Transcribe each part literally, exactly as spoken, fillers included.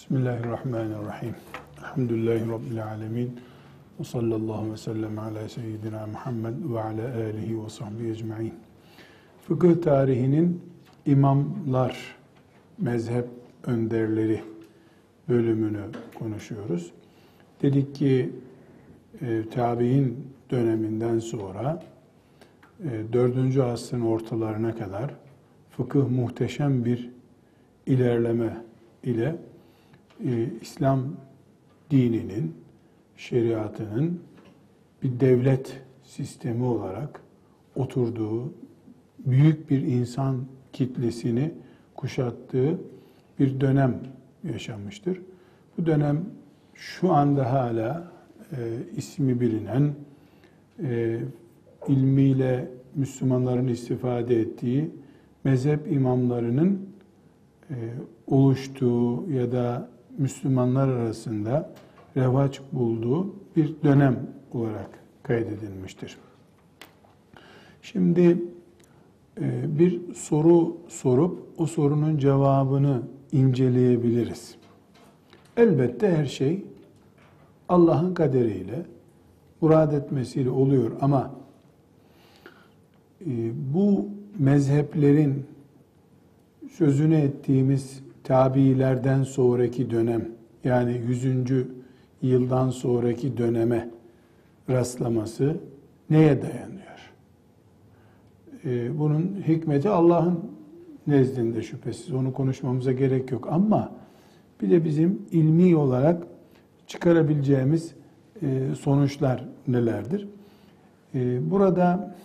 Bismillahirrahmanirrahim. Elhamdülillahi Rabbil alemin. Ve sallallahu ve sellem ala seyyidina Muhammed ve ala alihi ve sahbihi ecma'in. Fıkıh tarihinin imamlar, mezhep önderleri bölümünü konuşuyoruz. Dedik ki e, tabi'in döneminden sonra e, dördüncü asrın ortalarına kadar fıkıh muhteşem bir ilerleme ile e, İslam dininin, şeriatının bir devlet sistemi olarak oturduğu, büyük bir insan kitlesini kuşattığı bir dönem yaşanmıştır. Bu dönem şu anda hala e, ismi bilinen, e, ilmiyle Müslümanların istifade ettiği mezhep imamlarının e, oluştuğu ya da Müslümanlar arasında revaç bulduğu bir dönem olarak kaydedilmiştir. Şimdi e, bir soru sorup o sorunun cevabını inceleyebiliriz. Elbette her şey Allah'ın kaderiyle, murad etmesiyle oluyor ama e, bu mezheplerin sözünü ettiğimiz tabiilerden sonraki dönem, yani yüzüncü yıldan sonraki döneme rastlaması neye dayanıyor? Ee, bunun hikmeti Allah'ın nezdinde şüphesiz. Onu konuşmamıza gerek yok. Ama bir de bizim ilmi olarak çıkarabileceğimiz e, sonuçlar nelerdir? E, burada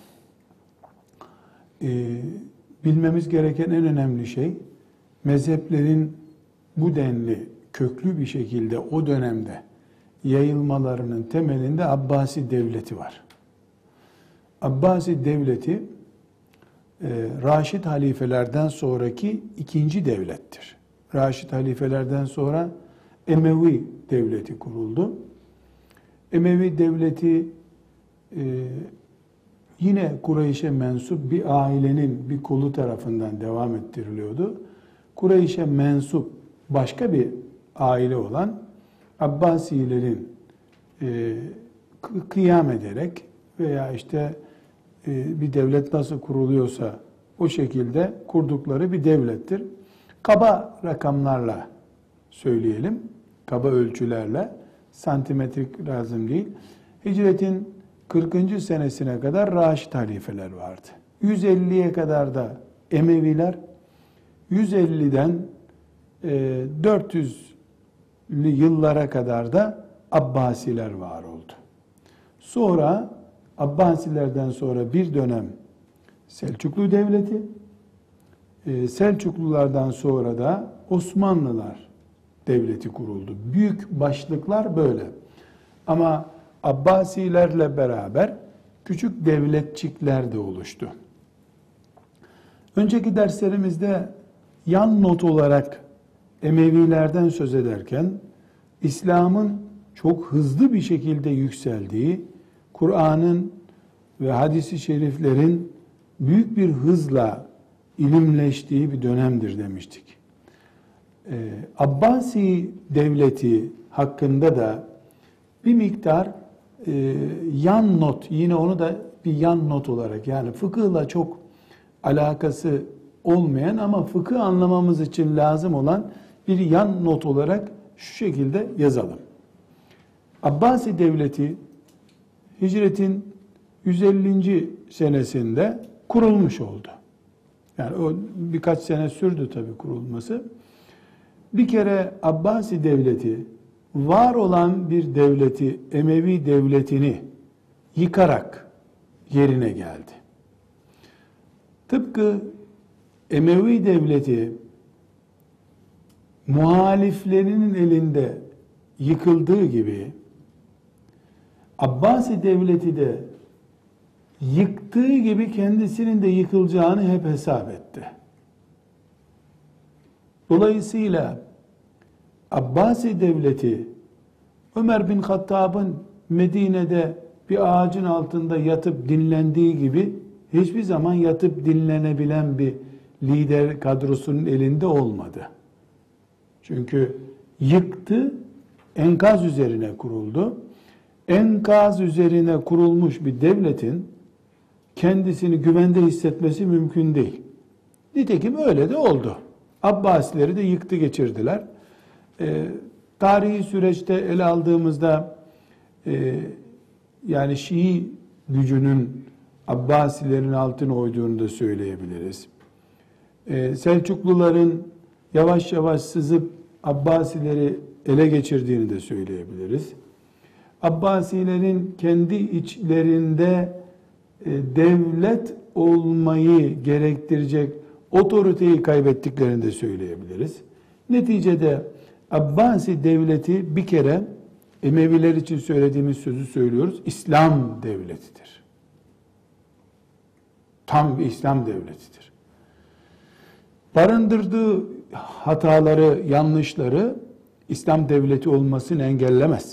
e, bilmemiz gereken en önemli şey, mezheplerin bu denli köklü bir şekilde o dönemde yayılmalarının temelinde Abbasi devleti var. Abbasi devleti e, Raşid halifelerden sonraki ikinci devlettir. Raşid halifelerden sonra Emevi devleti kuruldu. Emevi devleti e, yine Kureyş'e mensup bir ailenin bir kolu tarafından devam ettiriliyordu. Kureyş'e mensup başka bir aile olan Abbasilerin e, kıyam ederek veya işte e, bir devlet nasıl kuruluyorsa o şekilde kurdukları bir devlettir. Kaba rakamlarla söyleyelim, kaba ölçülerle, santimetrik lazım değil. Hicretin kırkıncı senesine kadar Raşid halifeler vardı. yüz elliye kadar da Emeviler, yüz elliden dört yüzlü yıllara kadar da Abbasiler var oldu. Sonra Abbasilerden sonra bir dönem Selçuklu Devleti, Selçuklulardan sonra da Osmanlılar Devleti kuruldu. Büyük başlıklar böyle. Ama Abbasilerle beraber küçük devletçikler de oluştu. Önceki derslerimizde yan not olarak Emevilerden söz ederken İslam'ın çok hızlı bir şekilde yükseldiği, Kur'an'ın ve hadis-i şeriflerin büyük bir hızla ilimleştiği bir dönemdir demiştik. Ee, Abbasi devleti hakkında da bir miktar e, yan not, yine onu da bir yan not olarak, yani fıkıhla çok alakası olmayan ama fıkıh anlamamız için lazım olan bir yan not olarak şu şekilde yazalım. Abbasi devleti hicretin yüz ellinci senesinde kurulmuş oldu. Yani o birkaç sene sürdü tabii kurulması. Bir kere Abbasi devleti var olan bir devleti, Emevi devletini yıkarak yerine geldi. Tıpkı Emevi devleti muhaliflerinin elinde yıkıldığı gibi Abbasi devleti de yıktığı gibi kendisinin de yıkılacağını hep hesap etti. Dolayısıyla Abbasi devleti Ömer bin Hattab'ın Medine'de bir ağacın altında yatıp dinlendiği gibi hiçbir zaman yatıp dinlenebilen bir lider kadrosunun elinde olmadı. Çünkü yıktı, enkaz üzerine kuruldu. Enkaz üzerine kurulmuş bir devletin kendisini güvende hissetmesi mümkün değil. Nitekim öyle de oldu. Abbasileri de yıktı geçirdiler. Ee, tarihi süreçte ele aldığımızda e, yani Şii gücünün Abbasilerin altına oyduğunu da söyleyebiliriz. Ee, Selçukluların yavaş yavaş sızıp Abbasileri ele geçirdiğini de söyleyebiliriz. Abbasilerin kendi içlerinde e, devlet olmayı gerektirecek otoriteyi kaybettiklerini de söyleyebiliriz. Neticede Abbasi devleti bir kere Emeviler için söylediğimiz sözü söylüyoruz. İslam devletidir. Tam bir İslam devletidir. Barındırdığı hataları, yanlışları İslam devleti olmasını engellemez.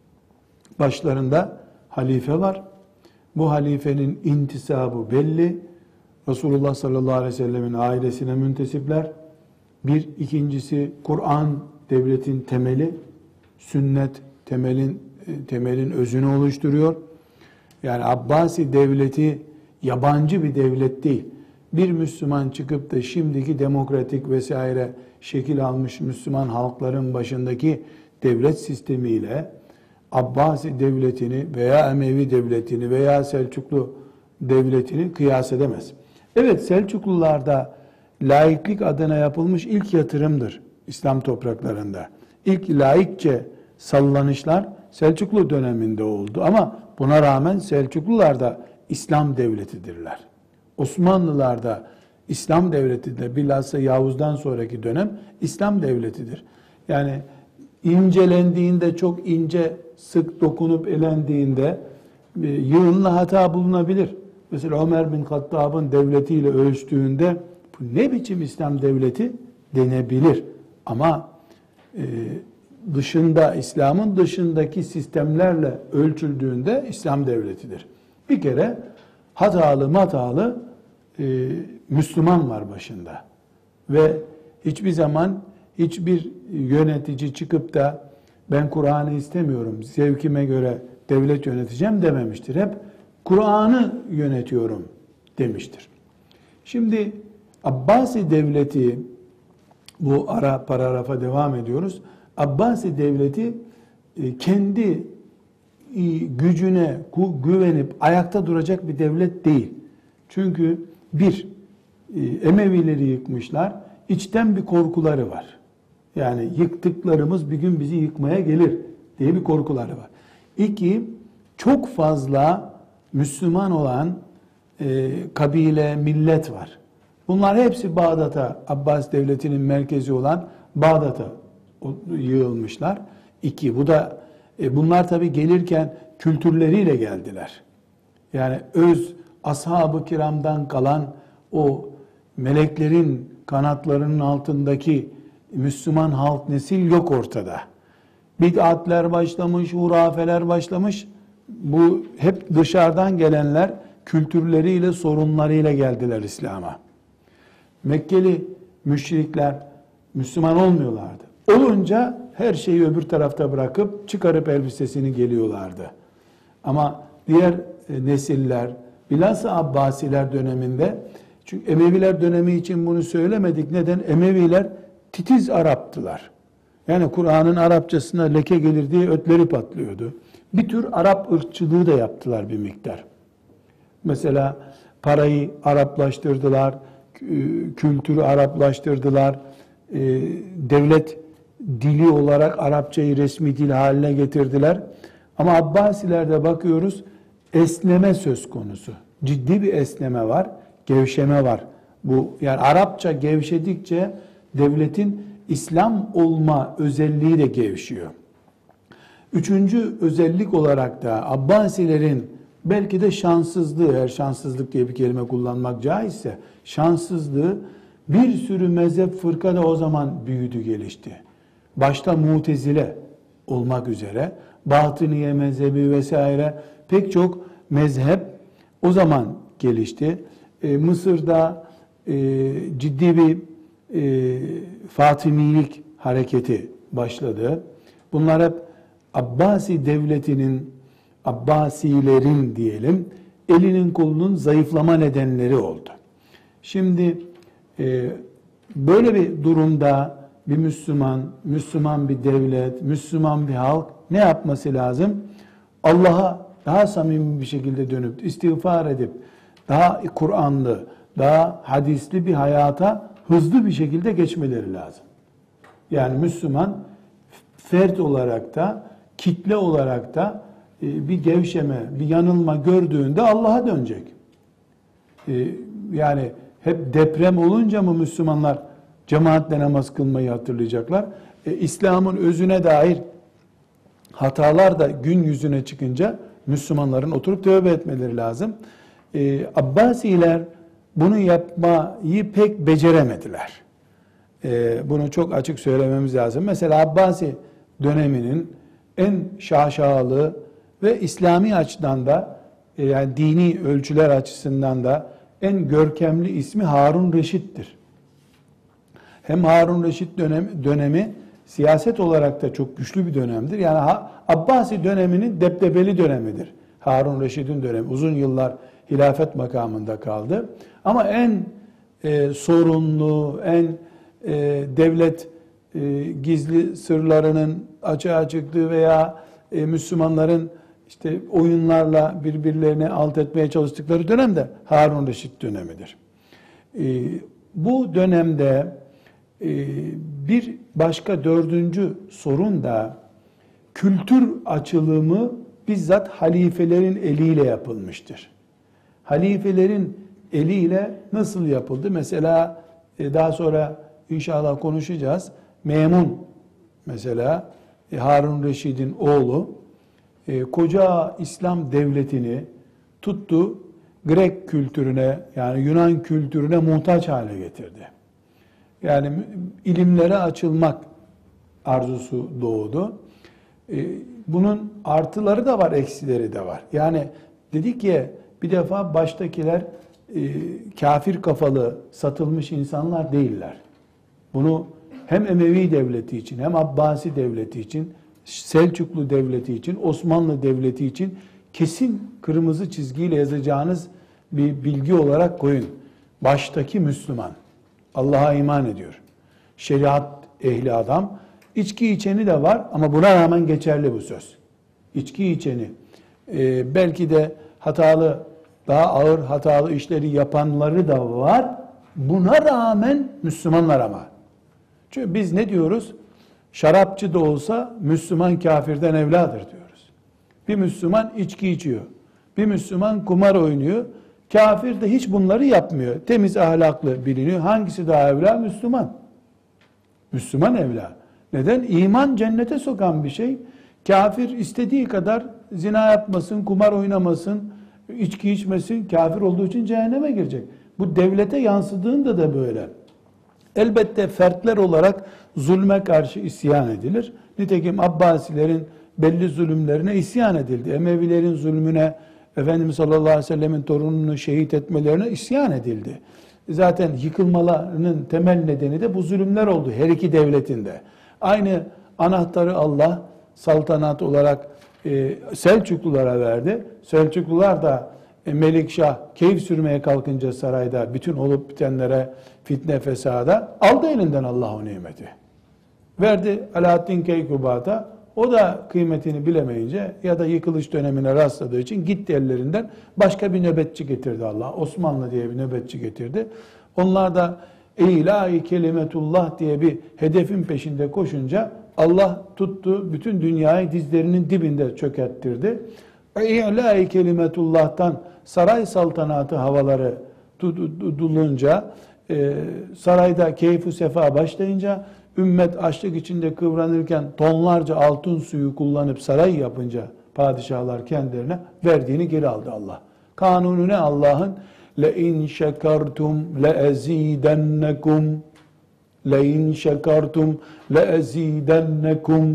Başlarında halife var. Bu halifenin intisabı belli. Resulullah sallallahu aleyhi ve sellemin ailesine müntesipler. Bir, ikincisi Kur'an devletin temeli, sünnet temelin temelin özünü oluşturuyor. Yani Abbasi devleti yabancı bir devlet değil. Bir Müslüman çıkıp da şimdiki demokratik vesaire şekil almış Müslüman halkların başındaki devlet sistemiyle Abbasi devletini veya Emevi devletini veya Selçuklu devletini kıyas edemez. Evet, Selçuklularda laiklik adına yapılmış ilk yatırımdır İslam topraklarında. İlk laikçe sallanışlar Selçuklu döneminde oldu ama buna rağmen Selçuklular da İslam devletidirler. Osmanlılar da İslam devletidir. Bilhassa Yavuz'dan sonraki dönem İslam devletidir. Yani incelendiğinde, çok ince, sık dokunup elendiğinde e, yığınla hata bulunabilir. Mesela Ömer bin Hattab'ın devletiyle ölçtüğünde bu ne biçim İslam devleti denebilir. Ama e, dışında, İslam'ın dışındaki sistemlerle ölçüldüğünde İslam devletidir. Bir kere hatalı matalı e, Müslüman var başında. Ve hiçbir zaman hiçbir yönetici çıkıp da ben Kur'an'ı istemiyorum, zevkime göre devlet yöneteceğim dememiştir. Hep Kur'an'ı yönetiyorum demiştir. Şimdi Abbasi devleti, bu ara paragrafa devam ediyoruz. Abbasi devleti kendi gücüne güvenip ayakta duracak bir devlet değil. Çünkü bir, Emevileri yıkmışlar, içten bir korkuları var. Yani yıktıklarımız bir gün bizi yıkmaya gelir diye bir korkuları var. İki, çok fazla Müslüman olan e, kabile, millet var. Bunlar hepsi Bağdat'a, Abbas devletinin merkezi olan Bağdat'a yığılmışlar. İki, bu da e, bunlar tabii gelirken kültürleriyle geldiler. Yani öz ashab-ı kiramdan kalan o meleklerin kanatlarının altındaki Müslüman halk nesil yok ortada. Bid'atler başlamış, hurafeler başlamış. Bu hep dışarıdan gelenler kültürleriyle, sorunlarıyla geldiler İslam'a. Mekkeli müşrikler Müslüman olmuyorlardı. Olunca her şeyi öbür tarafta bırakıp çıkarıp elbisesini geliyorlardı. Ama diğer nesiller, bilhassa Abbasiler döneminde, çünkü Emeviler dönemi için bunu söylemedik. Neden? Emeviler titiz Araptılar. Yani Kur'an'ın Arapçasına leke gelir diye ötleri patlıyordu. Bir tür Arap ırkçılığı da yaptılar bir miktar. Mesela parayı Araplaştırdılar, kültürü Araplaştırdılar, devlet dili olarak Arapçayı resmi dil haline getirdiler. Ama Abbasilerde bakıyoruz, esneme söz konusu. Ciddi bir esneme var, gevşeme var. Bu yani Arapça gevşedikçe devletin İslam olma özelliği de gevşiyor. Üçüncü özellik olarak da Abbasilerin belki de şanssızlığı, eğer şanssızlık diye bir kelime kullanmak caizse, şanssızlığı, bir sürü mezhep fırka da o zaman büyüdü, gelişti. Başta Mutezile olmak üzere, Batıniye mezhebi vesaire pek çok mezhep o zaman gelişti. Ee, Mısır'da e, ciddi bir e, Fatimilik hareketi başladı. Bunlar hep Abbasi devletinin, Abbasilerin diyelim, elinin kolunun zayıflama nedenleri oldu. Şimdi e, böyle bir durumda bir Müslüman, Müslüman bir devlet, Müslüman bir halk ne yapması lazım? Allah'a daha samimi bir şekilde dönüp, istiğfar edip, daha Kur'anlı, daha hadisli bir hayata hızlı bir şekilde geçmeleri lazım. Yani Müslüman fert olarak da, kitle olarak da bir gevşeme, bir yanılma gördüğünde Allah'a dönecek. Yani hep deprem olunca mı Müslümanlar cemaatle namaz kılmayı hatırlayacaklar? İslam'ın özüne dair hatalar da gün yüzüne çıkınca Müslümanların oturup tövbe etmeleri lazım. Abbasiler bunu yapmayı pek beceremediler. Bunu çok açık söylememiz lazım. Mesela Abbasi döneminin en şaşalı ve İslami açıdan da yani dini ölçüler açısından da en görkemli ismi Harun Reşit'tir. Hem Harun Reşit dönemi, dönemi siyaset olarak da çok güçlü bir dönemdir. Yani Abbasi döneminin debdebeli dönemidir. Harun Reşit'in dönemi uzun yıllar hilafet makamında kaldı. Ama en e, sorunlu, en e, devlet e, gizli sırlarının açığa çıktığı veya e, Müslümanların işte oyunlarla birbirlerini alt etmeye çalıştıkları dönem de Harun Reşit dönemidir. E, bu dönemde e, bir başka dördüncü sorun da kültür açılımı bizzat halifelerin eliyle yapılmıştır. Halifelerin eliyle nasıl yapıldı? Mesela e, daha sonra inşallah konuşacağız. Memun mesela e, Harun Reşid'in oğlu e, koca İslam devletini tuttu, Grek kültürüne yani Yunan kültürüne muhtaç hale getirdi. Yani ilimlere açılmak arzusu doğdu. E, bunun artıları da var, eksileri de var. Yani dedik ya bir defa baştakiler e, kafir kafalı, satılmış insanlar değiller. Bunu hem Emevi devleti için, hem Abbasi devleti için, Selçuklu devleti için, Osmanlı devleti için kesin kırmızı çizgiyle yazacağınız bir bilgi olarak koyun. Baştaki Müslüman, Allah'a iman ediyor. Şeriat ehli adam, içki içeni de var ama buna rağmen geçerli bu söz. İçki içeni, e, belki de hatalı, daha ağır hatalı işleri yapanları da var. Buna rağmen Müslümanlar ama. Çünkü biz ne diyoruz? Şarapçı da olsa Müslüman kafirden evladır diyoruz. Bir Müslüman içki içiyor. Bir Müslüman kumar oynuyor. Kafir de hiç bunları yapmıyor. Temiz ahlaklı biliniyor. Hangisi daha evla? Müslüman. Müslüman evla. Neden? İman cennete sokan bir şey. Kafir istediği kadar zina yapmasın, kumar oynamasın, içki içmesin, kafir olduğu için cehenneme girecek. Bu devlete yansıdığında da böyle. Elbette fertler olarak zulme karşı isyan edilir. Nitekim Abbasilerin belli zulümlerine isyan edildi. Emevilerin zulmüne, Efendimiz sallallahu aleyhi ve sellemin torununu şehit etmelerine isyan edildi. Zaten yıkılmalarının temel nedeni de bu zulümler oldu her iki devletinde. Aynı anahtarı Allah saltanat olarak e, Selçuklulara verdi. Selçuklular da e, Melikşah keyif sürmeye kalkınca sarayda bütün olup bitenlere fitne fesada aldı elinden Allah o nimeti. Verdi Alaaddin Keykubat'a. O da kıymetini bilemeyince ya da yıkılış dönemine rastladığı için gitti ellerinden başka bir nöbetçi getirdi Allah. Osmanlı diye bir nöbetçi getirdi. Onlar da ilahi kelimetullah diye bir hedefin peşinde koşunca Allah tuttu bütün dünyayı dizlerinin dibinde çökerttirdi. İlahi kelimetullah'tan saray saltanatı havaları tutulunca e, sarayda keyfu sefa başlayınca ümmet açlık içinde kıvranırken tonlarca altın suyu kullanıp saray yapınca padişahlar kendilerine verdiğini geri aldı Allah. Kanunu ne Allah'ın? لَاِنْ شَكَرْتُمْ لَاَز۪يدَنَّكُمْ لَاِنْ شَكَرْتُمْ لَاَز۪يدَنَّكُمْ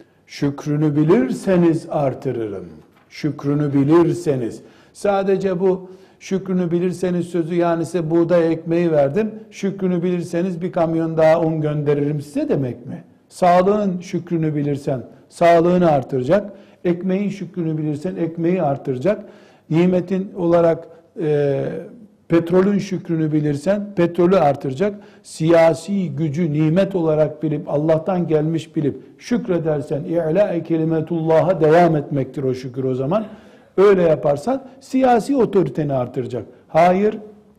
Şükrünü bilirseniz artırırım. Şükrünü bilirseniz. Sadece bu şükrünü bilirseniz sözü yani size buğday ekmeği verdim. Şükrünü bilirseniz bir kamyon daha un gönderirim size demek mi? Sağlığın şükrünü bilirsen sağlığını artıracak. Ekmeğin şükrünü bilirsen ekmeği artıracak. Nimetin olarak e, petrolün şükrünü bilirsen petrolü artıracak. Siyasi gücü nimet olarak bilip Allah'tan gelmiş bilip şükredersen i'la-i kelimetullah'a devam etmektir o şükür o zaman. Öyle yaparsan siyasi otoriteni artıracak. Hayır,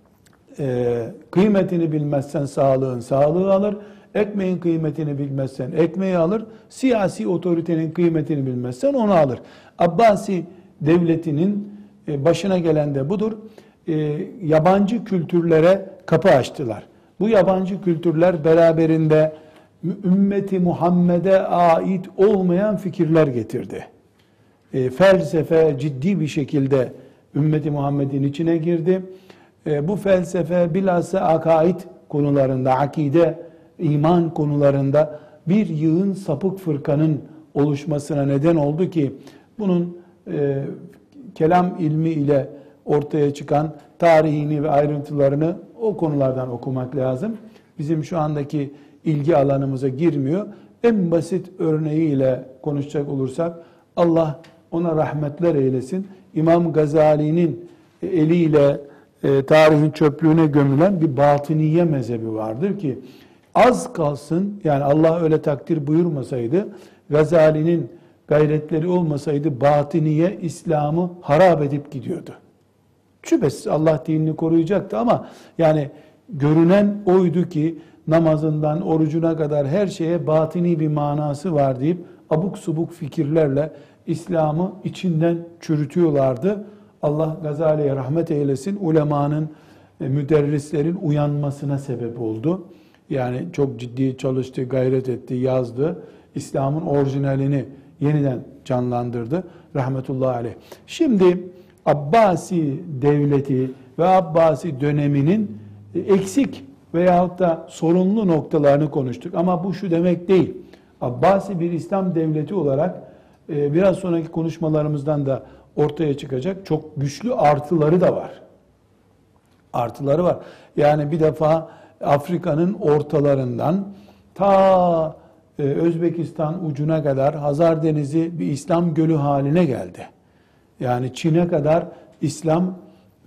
e, kıymetini bilmezsen sağlığın sağlığı alır. Ekmeğin kıymetini bilmezsen ekmeği alır. Siyasi otoritenin kıymetini bilmezsen onu alır. Abbasi devletinin başına gelen de budur. E, yabancı kültürlere kapı açtılar. Bu yabancı kültürler beraberinde ümmeti Muhammed'e ait olmayan fikirler getirdi. E, felsefe ciddi bir şekilde ümmeti Muhammed'in içine girdi. E, bu felsefe bilhassa akaid konularında, akide, iman konularında bir yığın sapık fırkanın oluşmasına neden oldu ki bunun e, kelam ilmi ile ortaya çıkan tarihini ve ayrıntılarını o konulardan okumak lazım. Bizim şu andaki ilgi alanımıza girmiyor. En basit örneğiyle konuşacak olursak Allah ona rahmetler eylesin. İmam Gazali'nin eliyle e, tarihin çöplüğüne gömülen bir batıniye mezhebi vardır ki az kalsın, yani Allah öyle takdir buyurmasaydı, Gazali'nin gayretleri olmasaydı batıniye İslam'ı harap edip gidiyordu. Şüphesiz Allah dinini koruyacaktı ama yani görünen oydu ki namazından orucuna kadar her şeye batini bir manası var deyip abuk subuk fikirlerle İslam'ı içinden çürütüyorlardı. Allah Gazali'ye rahmet eylesin. Ulemanın, müderrislerin uyanmasına sebep oldu. Yani çok ciddi çalıştı, gayret etti, yazdı. İslam'ın orijinalini yeniden canlandırdı. Rahmetullahi aleyh. Şimdi Abbasi devleti ve Abbasi döneminin eksik veyahut da sorunlu noktalarını konuştuk. Ama bu şu demek değil. Abbasi bir İslam devleti olarak biraz sonraki konuşmalarımızdan da ortaya çıkacak çok güçlü artıları da var. Artıları var. Yani bir defa Afrika'nın ortalarından ta Özbekistan ucuna kadar Hazar Denizi bir İslam gölü haline geldi. Yani Çin'e kadar İslam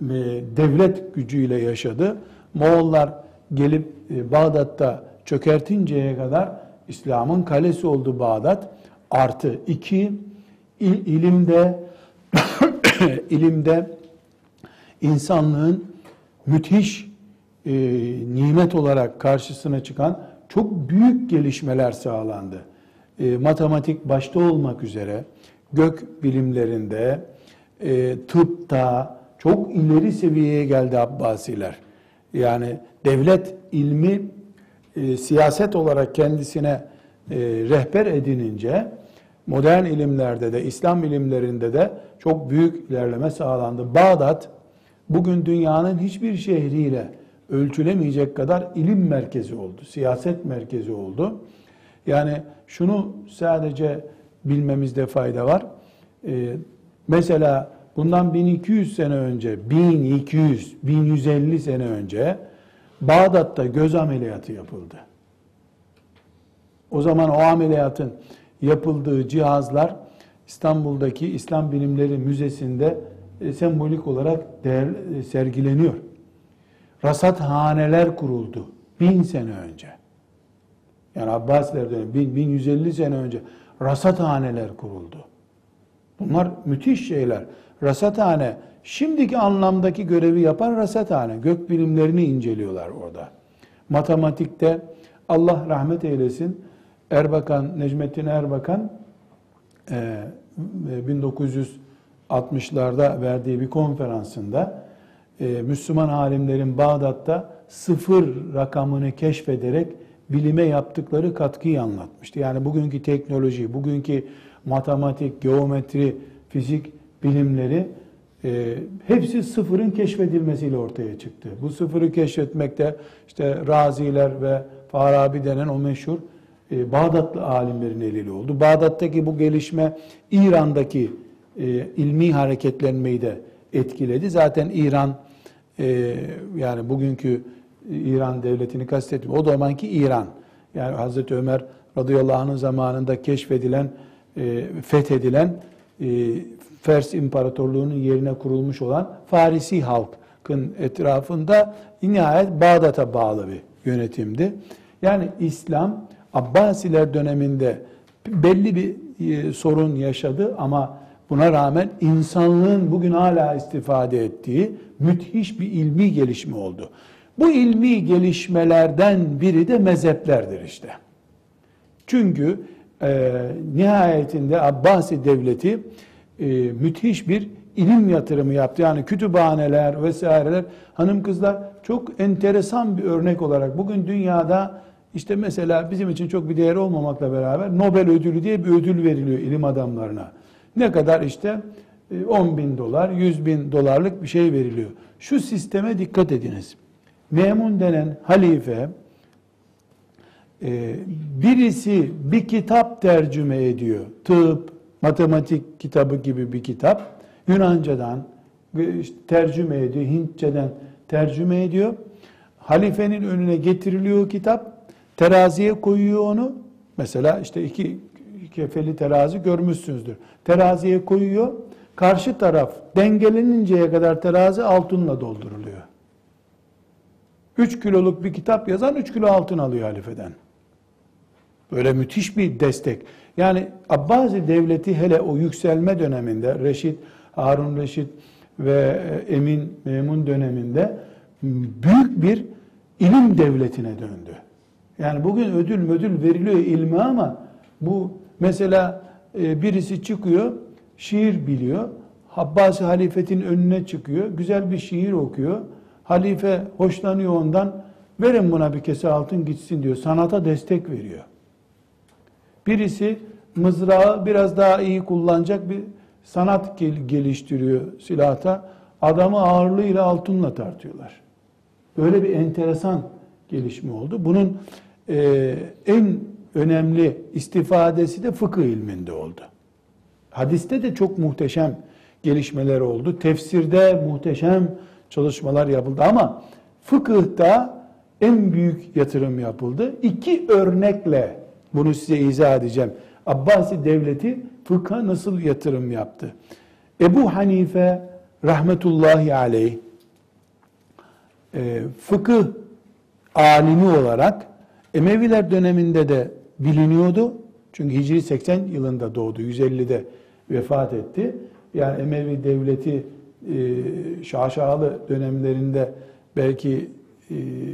devlet gücüyle yaşadı. Moğollar gelip Bağdat'ta çökertinceye kadar İslam'ın kalesi oldu Bağdat. Artı iki, il, ilimde ilimde insanlığın müthiş e, nimet olarak karşısına çıkan çok büyük gelişmeler sağlandı. E, matematik başta olmak üzere gök bilimlerinde, e, tıpta çok ileri seviyeye geldi Abbasiler. Yani devlet ilmi e, siyaset olarak kendisine e, rehber edinince modern ilimlerde de İslam ilimlerinde de çok büyük ilerleme sağlandı. Bağdat bugün dünyanın hiçbir şehriyle ölçülemeyecek kadar ilim merkezi oldu, siyaset merkezi oldu. Yani şunu sadece bilmemizde fayda var. Ee, mesela bundan bin iki yüz sene önce, bin iki yüz, bin yüz elli sene önce Bağdat'ta göz ameliyatı yapıldı. O zaman o ameliyatın yapıldığı cihazlar İstanbul'daki İslam Bilimleri Müzesi'nde e, sembolik olarak değer, e, sergileniyor. Rasathaneler kuruldu bin sene önce. Yani Abbasiler dönemi bin, bin yüz elli sene önce rasathaneler kuruldu. Bunlar müthiş şeyler. Rasathane, şimdiki anlamdaki görevi yapan rasathane. Gök bilimlerini inceliyorlar orada. Matematikte Allah rahmet eylesin, Erbakan, Necmettin Erbakan bin dokuz yüz altmışlarda verdiği bir konferansında Müslüman alimlerin Bağdat'ta sıfır rakamını keşfederek bilime yaptıkları katkıyı anlatmıştı. Yani bugünkü teknoloji, bugünkü matematik, geometri, fizik bilimleri hepsi sıfırın keşfedilmesiyle ortaya çıktı. Bu sıfırı keşfetmekte işte Raziler ve Farabi denen o meşhur Bağdatlı alimlerin eliyle oldu. Bağdat'taki bu gelişme İran'daki e, ilmi hareketlenmeyi de etkiledi. Zaten İran e, yani bugünkü İran devletini kastetmiyorum. O zamanki İran. Yani Hazreti Ömer radıyallahu anh'ın zamanında keşfedilen, e, fethedilen e, Fers İmparatorluğu'nun yerine kurulmuş olan Farisi halkın etrafında nihayet Bağdat'a bağlı bir yönetimdi. Yani İslam Abbasiler döneminde belli bir e, sorun yaşadı ama buna rağmen insanlığın bugün hala istifade ettiği müthiş bir ilmi gelişme oldu. Bu ilmi gelişmelerden biri de mezheplerdir işte. Çünkü e, nihayetinde Abbasi devleti e, müthiş bir ilim yatırımı yaptı. Yani kütüphaneler vesaireler, hanım kızlar, çok enteresan bir örnek olarak bugün dünyada işte mesela bizim için çok bir değeri olmamakla beraber Nobel ödülü diye bir ödül veriliyor ilim adamlarına. Ne kadar işte on bin dolar, yüz bin dolarlık bir şey veriliyor. Şu sisteme dikkat ediniz. Memun denen halife, birisi bir kitap tercüme ediyor. Tıp, matematik kitabı gibi bir kitap. Yunancadan tercüme ediyor, Hintçeden tercüme ediyor. Halifenin önüne getiriliyor kitap. Teraziye koyuyor onu. Mesela işte iki kefeli terazi görmüşsünüzdür. Teraziye koyuyor. Karşı taraf dengeleninceye kadar terazi altınla dolduruluyor. üç kiloluk bir kitap yazan üç kilo altın alıyor halifeden. Böyle müthiş bir destek. Yani Abbasi devleti hele o yükselme döneminde, Reşit, Harun Reşit ve Emin Memun döneminde büyük bir ilim devletine döndü. Yani bugün ödül mödül veriliyor ilme ama bu mesela birisi çıkıyor, şiir biliyor. Abbasi halifetin önüne çıkıyor, güzel bir şiir okuyor. Halife hoşlanıyor ondan, verin buna bir kese altın gitsin diyor. Sanata destek veriyor. Birisi mızrağı biraz daha iyi kullanacak bir sanat geliştiriyor silahta. Adamı ağırlığıyla altınla tartıyorlar. Böyle bir enteresan gelişme oldu. Bunun e, en önemli istifadesi de fıkıh ilminde oldu. Hadiste de çok muhteşem gelişmeler oldu. Tefsirde muhteşem çalışmalar yapıldı ama fıkıhta en büyük yatırım yapıldı. İki örnekle bunu size izah edeceğim. Abbasi devleti fıkha nasıl yatırım yaptı? Ebu Hanife rahmetullahi aleyh e, fıkıh alimi olarak Emeviler döneminde de biliniyordu. Çünkü Hicri seksen yılında doğdu, yüz ellide vefat etti. Yani Emevi devleti e, şaşalı dönemlerinde belki e,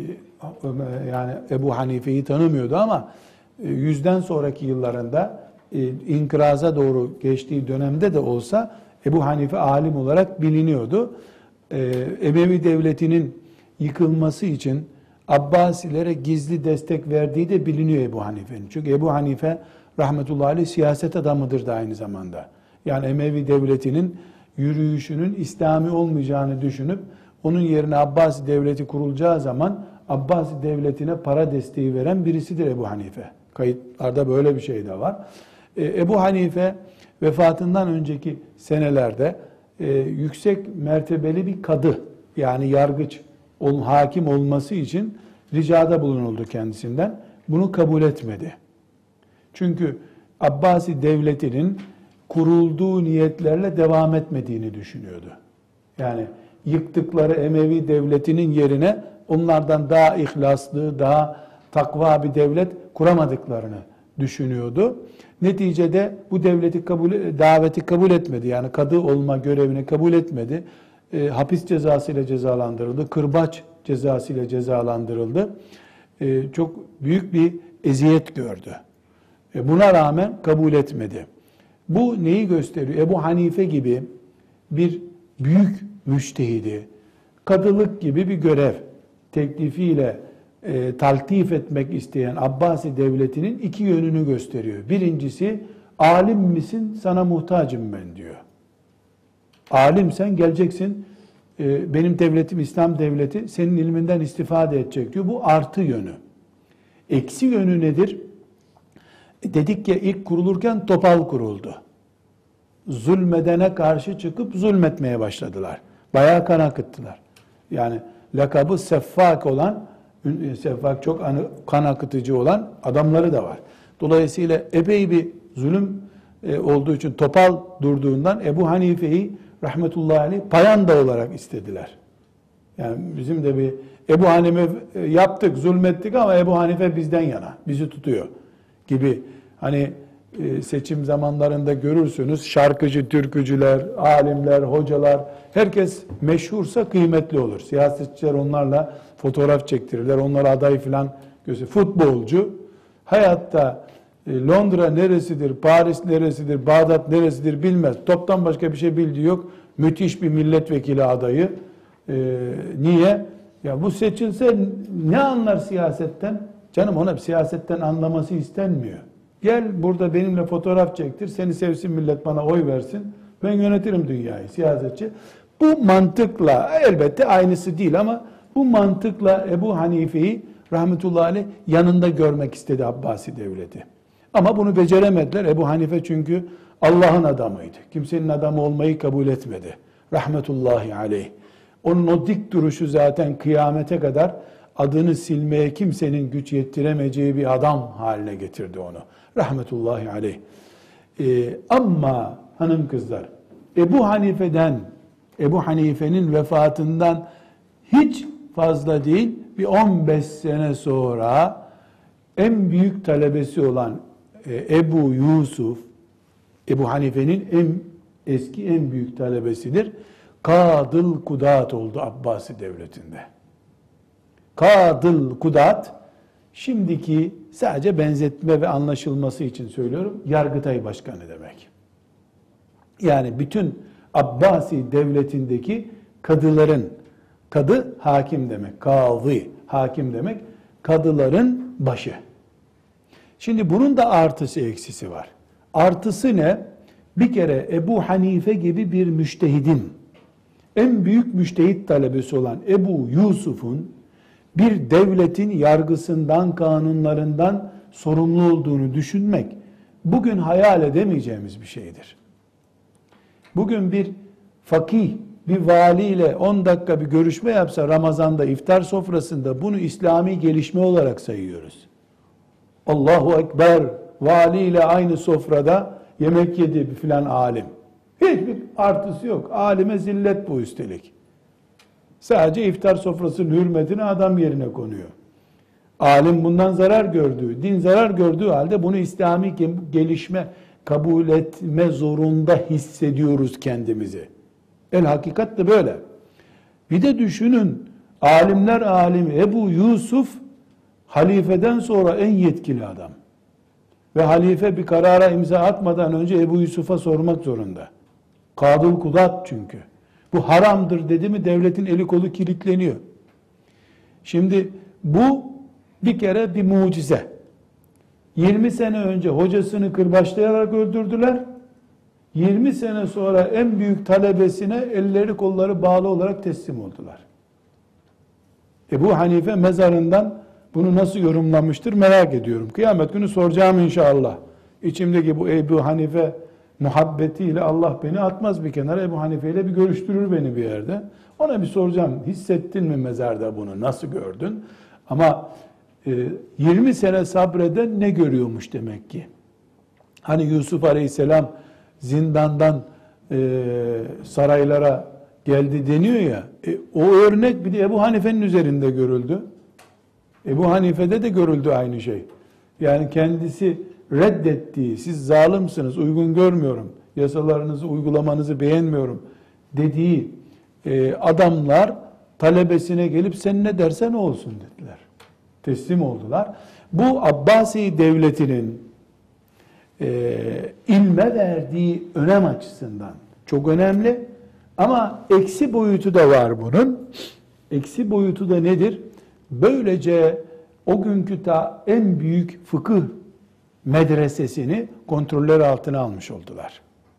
yani Ebu Hanife'yi tanımıyordu ama e, yüzden sonraki yıllarında e, inkıraza doğru geçtiği dönemde de olsa Ebu Hanife alim olarak biliniyordu. E, Emevi devletinin yıkılması için Abbasilere gizli destek verdiği de biliniyor Ebu Hanife'nin. Çünkü Ebu Hanife rahmetullahi aleyh siyaset adamıdır da aynı zamanda. Yani Emevi devletinin yürüyüşünün İslami olmayacağını düşünüp onun yerine Abbasi devleti kurulacağı zaman Abbasi devletine para desteği veren birisidir Ebu Hanife. Kayıtlarda böyle bir şey de var. Ee, Ebu Hanife vefatından önceki senelerde e, yüksek mertebeli bir kadı, yani yargıç, ol, hakim olması için ricada bulunuldu kendisinden. Bunu kabul etmedi. Çünkü Abbasi devletinin kurulduğu niyetlerle devam etmediğini düşünüyordu. Yani yıktıkları Emevi devletinin yerine onlardan daha ihlaslı, daha takva bir devlet kuramadıklarını düşünüyordu. Neticede bu devleti kabul, daveti kabul etmedi. Yani kadı olma görevini kabul etmedi. E, hapis cezası ile cezalandırıldı. Kırbaç cezası ile cezalandırıldı. E, çok büyük bir eziyet gördü. E, buna rağmen kabul etmedi. Bu neyi gösteriyor? Ebu Hanife gibi bir büyük müştehidi, kadılık gibi bir görev teklifiyle e, taltif etmek isteyen Abbasi devletinin iki yönünü gösteriyor. Birincisi, alim misin, sana muhtacım ben diyor. Alimsen geleceksin, e, benim devletim İslam devleti senin ilminden istifade edecek diyor. Bu artı yönü. Eksi yönü nedir? E, dedik ya, ilk kurulurken topal kuruldu. Zulmedene karşı çıkıp zulmetmeye başladılar. Bayağı kan akıttılar. Yani lakabı Seffak olan sefak, çok kan akıtıcı olan adamları da var. Dolayısıyla epey bir zulüm e, olduğu için topal durduğundan Ebu Hanife'yi rahmetullahi aleyh payanda olarak istediler. Yani bizim de bir Ebu Hanife yaptık, zulmettik ama Ebu Hanife bizden yana, bizi tutuyor gibi. Hani seçim zamanlarında görürsünüz şarkıcı, türkücüler, alimler, hocalar, herkes meşhursa kıymetli olur. Siyasetçiler onlarla fotoğraf çektirirler, onlara aday filan gösterir. Futbolcu hayatta Londra neresidir, Paris neresidir, Bağdat neresidir bilmez. Toptan başka bir şey bildiği yok. Müthiş bir milletvekili adayı. Ee, niye? Ya bu seçilse ne anlar siyasetten? Canım ona siyasetten anlaması istenmiyor. Gel burada benimle fotoğraf çektir, seni sevsin millet, bana oy versin. Ben yönetirim dünyayı, siyasetçi. Bu mantıkla, elbette aynısı değil ama bu mantıkla Ebu Hanife'yi rahmetullahi aleyh yanında görmek istedi Abbasi devleti. Ama bunu beceremediler. Ebu Hanife çünkü Allah'ın adamıydı. Kimsenin adamı olmayı kabul etmedi. Rahmetullahi aleyh. Onun o dik duruşu zaten kıyamete kadar adını silmeye kimsenin güç yettiremeyeceği bir adam haline getirdi onu. Rahmetullahi aleyh. Ee, ama hanım kızlar, Ebu Hanife'den, Ebu Hanife'nin vefatından hiç fazla değil, bir on beş sene sonra en büyük talebesi olan e, Ebu Yusuf, Ebu Hanife'nin en eski, en büyük talebesidir. Kadıl Kudat oldu Abbasi devletinde. Kadıl Kudat, şimdiki sadece benzetme ve anlaşılması için söylüyorum, Yargıtay Başkanı demek. Yani bütün Abbasi devletindeki kadıların, kadı hakim demek, kadı hakim demek, kadıların başı. Şimdi bunun da artısı eksisi var. Artısı ne? Bir kere Ebu Hanife gibi bir müştehidin, en büyük müştehit talebesi olan Ebu Yusuf'un bir devletin yargısından, kanunlarından sorumlu olduğunu düşünmek bugün hayal edemeyeceğimiz bir şeydir. Bugün bir fakih, bir valiyle on dakika bir görüşme yapsa Ramazan'da iftar sofrasında bunu İslami gelişme olarak sayıyoruz. Allahu Ekber, valiyle aynı sofrada yemek yedi bir filan alim. Hiçbir artısı yok. Alime zillet bu üstelik. Sadece iftar sofrasının hürmetine adam yerine konuyor. Alim bundan zarar gördüğü, din zarar gördüğü halde bunu İslami gelişme kabul etme zorunda hissediyoruz kendimizi. El hakikat de böyle. Bir de düşünün, alimler alimi Ebu Yusuf halifeden sonra en yetkili adam. Ve halife bir karara imza atmadan önce Ebu Yusuf'a sormak zorunda. Kadıl Kudat çünkü. Bu haramdır dedi mi devletin eli kolu kilitleniyor. Şimdi bu bir kere bir mucize. yirmi sene önce hocasını kırbaçlayarak öldürdüler. yirmi sene sonra en büyük talebesine elleri kolları bağlı olarak teslim oldular. Ebu Hanife mezarından bunu nasıl yorumlamıştır merak ediyorum. Kıyamet günü soracağım inşallah. İçimdeki bu Ebu Hanife muhabbetiyle Allah beni atmaz bir kenara. Ebu Hanife ile bir görüştürür beni bir yerde. Ona bir soracağım. Hissettin mi mezarda bunu? Nasıl gördün? Ama e, yirmi sene sabreden ne görüyormuş demek ki? Hani Yusuf Aleyhisselam zindandan e, saraylara geldi deniyor ya. E, o örnek bir de Ebu Hanife'nin üzerinde görüldü. Ebu Hanife'de de görüldü aynı şey. Yani kendisi reddettiği, siz zalimsiniz, uygun görmüyorum, yasalarınızı uygulamanızı beğenmiyorum dediği e, adamlar talebesine gelip sen ne dersen o olsun dediler. Teslim oldular. Bu Abbasi devletinin e, ilme verdiği önem açısından çok önemli. Ama eksi boyutu da var bunun. Eksi boyutu da nedir? Böylece o günkü ta en büyük fıkıh medresesini kontroller altına almış oldular.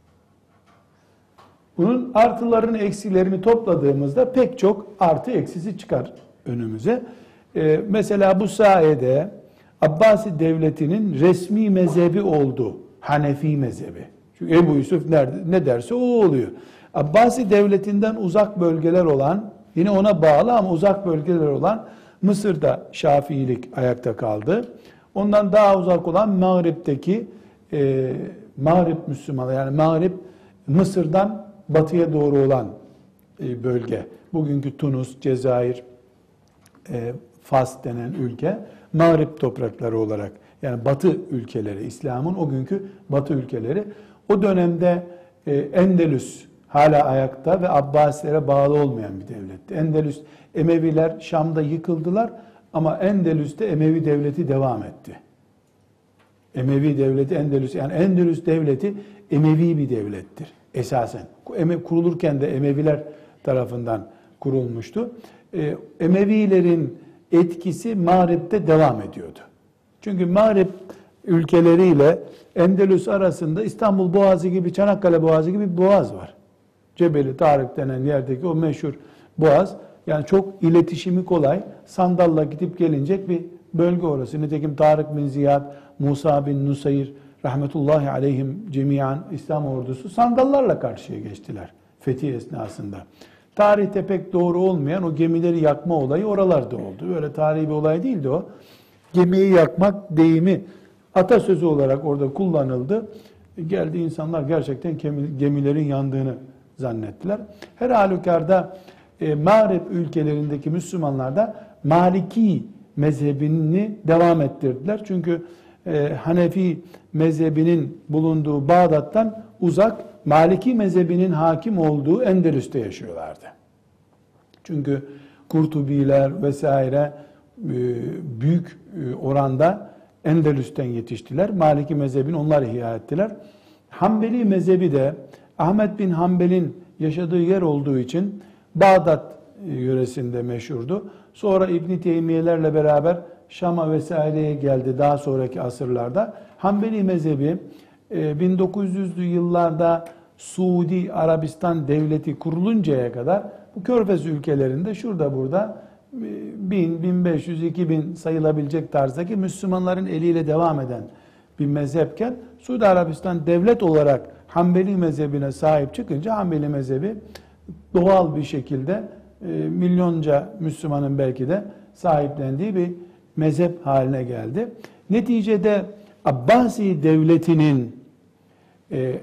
Bunun artılarını eksilerini topladığımızda pek çok artı eksisi çıkar önümüze. Ee, mesela bu sayede Abbasi devletinin resmi mezhebi oldu. Hanefi mezhebi. Çünkü Ebu Yusuf nerede, ne derse o oluyor. Abbasi devletinden uzak bölgeler olan, yine ona bağlı ama uzak bölgeler olan Mısır'da Şafiilik ayakta kaldı. Ondan daha uzak olan Mağrip'teki e, Mağrip Müslümanları, yani Mağrip Mısır'dan batıya doğru olan e, bölge. Bugünkü Tunus, Cezayir, e, Fas denen ülke Mağrip toprakları olarak, yani batı ülkeleri, İslam'ın o günkü batı ülkeleri. O dönemde e, Endülüs hala ayakta ve Abbasilere bağlı olmayan bir devletti. Endülüs, Emeviler Şam'da yıkıldılar ama Endülüs'te Emevi devleti devam etti. Emevi devleti Endülüs, yani Endülüs devleti Emevi bir devlettir esasen. Kurulurken de Emeviler tarafından kurulmuştu. Emevilerin etkisi Mağrip'te devam ediyordu. Çünkü Mağrip ülkeleriyle Endülüs arasında İstanbul Boğazı gibi, Çanakkale Boğazı gibi bir boğaz var. Cebeli Tarık denen yerdeki o meşhur boğaz, yani çok iletişimi kolay, sandalla gidip gelinecek bir bölge orası. Nitekim Tarık bin Ziyad, Musa bin Nusayr rahmetullahi aleyhim cemiyan İslam ordusu sandallarla karşıya geçtiler fetih esnasında. Tarihte pek doğru olmayan o gemileri yakma olayı oralarda oldu. Böyle tarihi bir olay değildi o. Gemiyi yakmak deyimi atasözü olarak orada kullanıldı. Geldi insanlar gerçekten gemilerin yandığını zannettiler. Her halükarda e, Mağrip ülkelerindeki Müslümanlar da Maliki mezhebini devam ettirdiler. Çünkü e, Hanefi mezhebinin bulunduğu Bağdat'tan uzak, Maliki mezhebinin hakim olduğu Endülüs'te yaşıyorlardı. Çünkü Kurtubiler vesaire e, büyük e, oranda Endülüs'ten yetiştiler. Maliki mezhebini onlar ihya ettiler. Hanbeli mezhebi de Ahmet bin Hanbel'in yaşadığı yer olduğu için Bağdat yöresinde meşhurdu. Sonra İbn Teymiye'lerle beraber Şam'a vesaireye geldi daha sonraki asırlarda. Hanbeli mezhebi bin dokuz yüzlü yıllarda Suudi Arabistan devleti kuruluncaya kadar bu Körfez ülkelerinde şurada burada bin, bin beş yüz, iki bin sayılabilecek tarzdaki Müslümanların eliyle devam eden bir mezhepken Suudi Arabistan devlet olarak Hanbeli mezhebine sahip çıkınca Hanbeli mezhebi doğal bir şekilde e, milyonca Müslümanın belki de sahiplendiği bir mezhep haline geldi. Neticede Abbasi devletinin e, e,